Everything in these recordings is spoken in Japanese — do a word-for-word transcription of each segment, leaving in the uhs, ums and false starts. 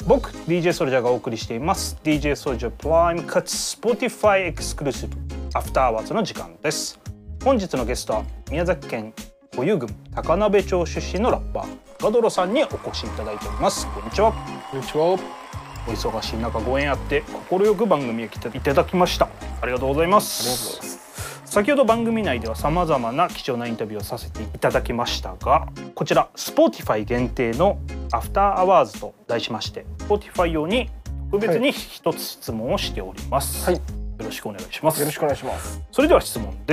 僕 ディージェー ソルジャーがお送りしています ディージェー ソルジャープライムかつ Spotify エクスクルーシブアフターアワーズの時間です。本日のゲストは宮崎県保有郡高鍋町出身のラッパーガドロさんにお越しいただいております。こんにちは。 こんにちは。 お忙しい中ご縁あって快く番組へ来ていただきました。ありがとうございます。 ありがとうございます。 先ほど番組内ではさまざまな貴重なインタビューをさせていただきましたが、こちら Spotify 限定のアフターアワーズと題しまして Spotify 用に特別に一つ質問をしております、はい、よろしくお願いします。 よろしくお願いします。 それでは質問です、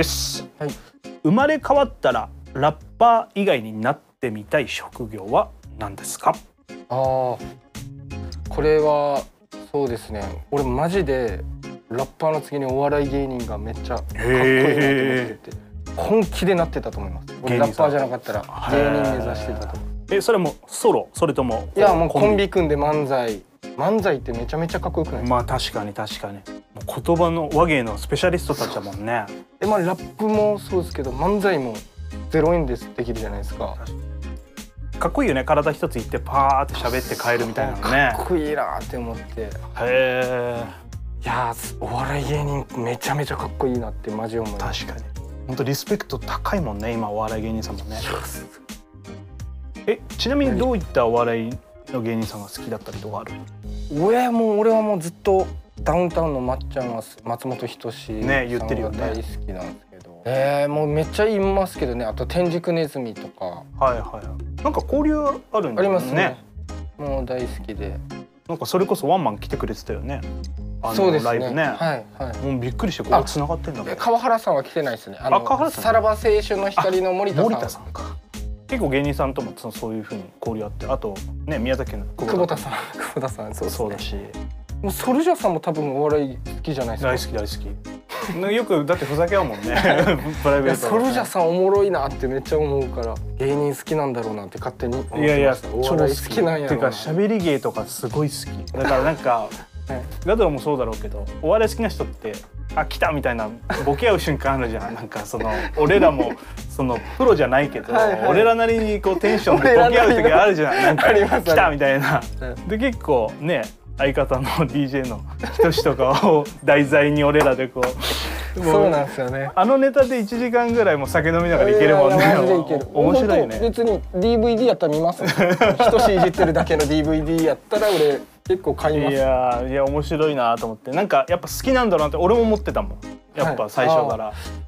はい、生まれ変わったらラッパー以外になってみたい職業は何ですか？ あー、これはそうですね、俺マジでラッパーの次にお笑い芸人がめっちゃかっこいいなと思ってて、本気でなってたと思います。俺ラッパーじゃなかったら芸人目指してたと思う。 え、それもソロそれとも？ いやもうコンビ組んで漫才漫才ってめちゃめちゃかっこよくないですか？ まあ確かに確かに、もう言葉の話芸のスペシャリストたちだもんね。 え、まあラップもそうですけど漫才もゼロえんでできるじゃないですか。 かっこいいよね。体一ついってパーって喋って帰るみたいなのね。 かっこいいなって思って。へえ。 いやお笑い芸人めちゃめちゃかっこいいなってマジ思います。 確かに本当リスペクト高いもんね今お笑い芸人さんもね。え、ちなみにどういったお笑いの芸人さんが好きだったりとかある？ 俺もう俺はもうずっとダウンタウンのまっちゃんは松本人志ね言ってるよね。 大好きなんですけど、えー、もうめっちゃ言いますけどね。あと天竺ネズミとか。 はいはい。なんか交流あるんだよね。 ありますね。もう大好きで。 なんかそれこそワンマン来てくれてたよね。 そうですね。 ライブね。 はいはい。 もうびっくりしてこう繋がってんだけど。 川原さんは来てないですね。あの川原さん。 さらば青春の光の森田さん。 森田さんか。結構芸人さんともそういう風に交流あって、あとね宮崎の久保田さん、久保田さんそうそうだし、 もうソルジャーさんも多分お笑い好きじゃないですか。 大好き大好き。よくだってふざけ合うもんね。プライベート。 ソルジャーさんおもろいなってめっちゃ思うから、芸人好きなんだろうなって勝手に思ってました。 いやいや、 お笑い好きなんやろうな。 てか喋り芸とかすごい好き。だからなんかガドロもそうだろうけど、お笑い好きな人ってあ来たみたいなボケ合う瞬間あるじゃん。なんかその俺らもそのプロじゃないけどはい、はい、俺らなりにこうテンションでボケ合う時あるじゃん。なんか来たみたいな。で結構ね相方の ディージェー の人志とかを題材に俺らでこうそうなんですよね。 あのネタでいちじかんぐらいも酒飲みながらいけるもんね。面白いね。 別に ディーブイディー やったら見ます。人志いじってるだけの ディーブイディー やったら俺結構買います。 いやいや面白いなと思って、なんかやっぱ好きなんだろうなって俺も思ってたもん。やっぱ最初から、はい、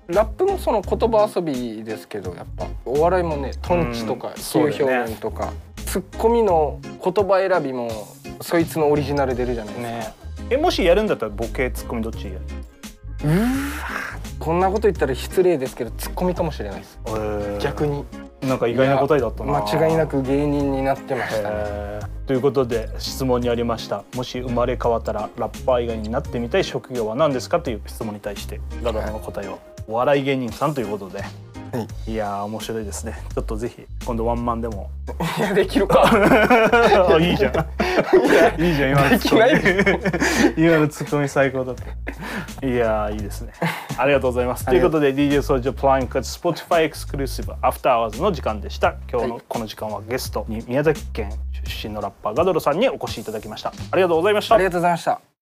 ラップもその言葉遊びですけど、やっぱお笑いもねトンチとか比喩表現とか、ね、ツッコミの言葉選びもそいつのオリジナル出るじゃないですか、ね、 えもしやるんだったらボケツッコミどっちやる？ うーこんなこと言ったら失礼ですけどツッコミかもしれないです、えー、逆になんか意外な答えだったな。 間違いなく芸人になってましたね。 ということで質問にありました、もし生まれ変わったらラッパー以外になってみたい職業は何ですかという質問に対してガドロの答えはお笑い芸人さんということで、はい、いやー面白いですね。ちょっとぜひ今度ワンマンでもいやできるかいいじゃんいいじゃん今のツッコミ今のツッコミ最高だった。いやーいいですね。ありがとうございます。ということで ディージェー ソルジャープライムかつ Spotify エクスクルーシブアフターアワーズの時間でした。今日のこの時間はゲストに宮崎県出身のラッパーガドロさんにお越しいただきました。ありがとうございました。 ありがとうございました。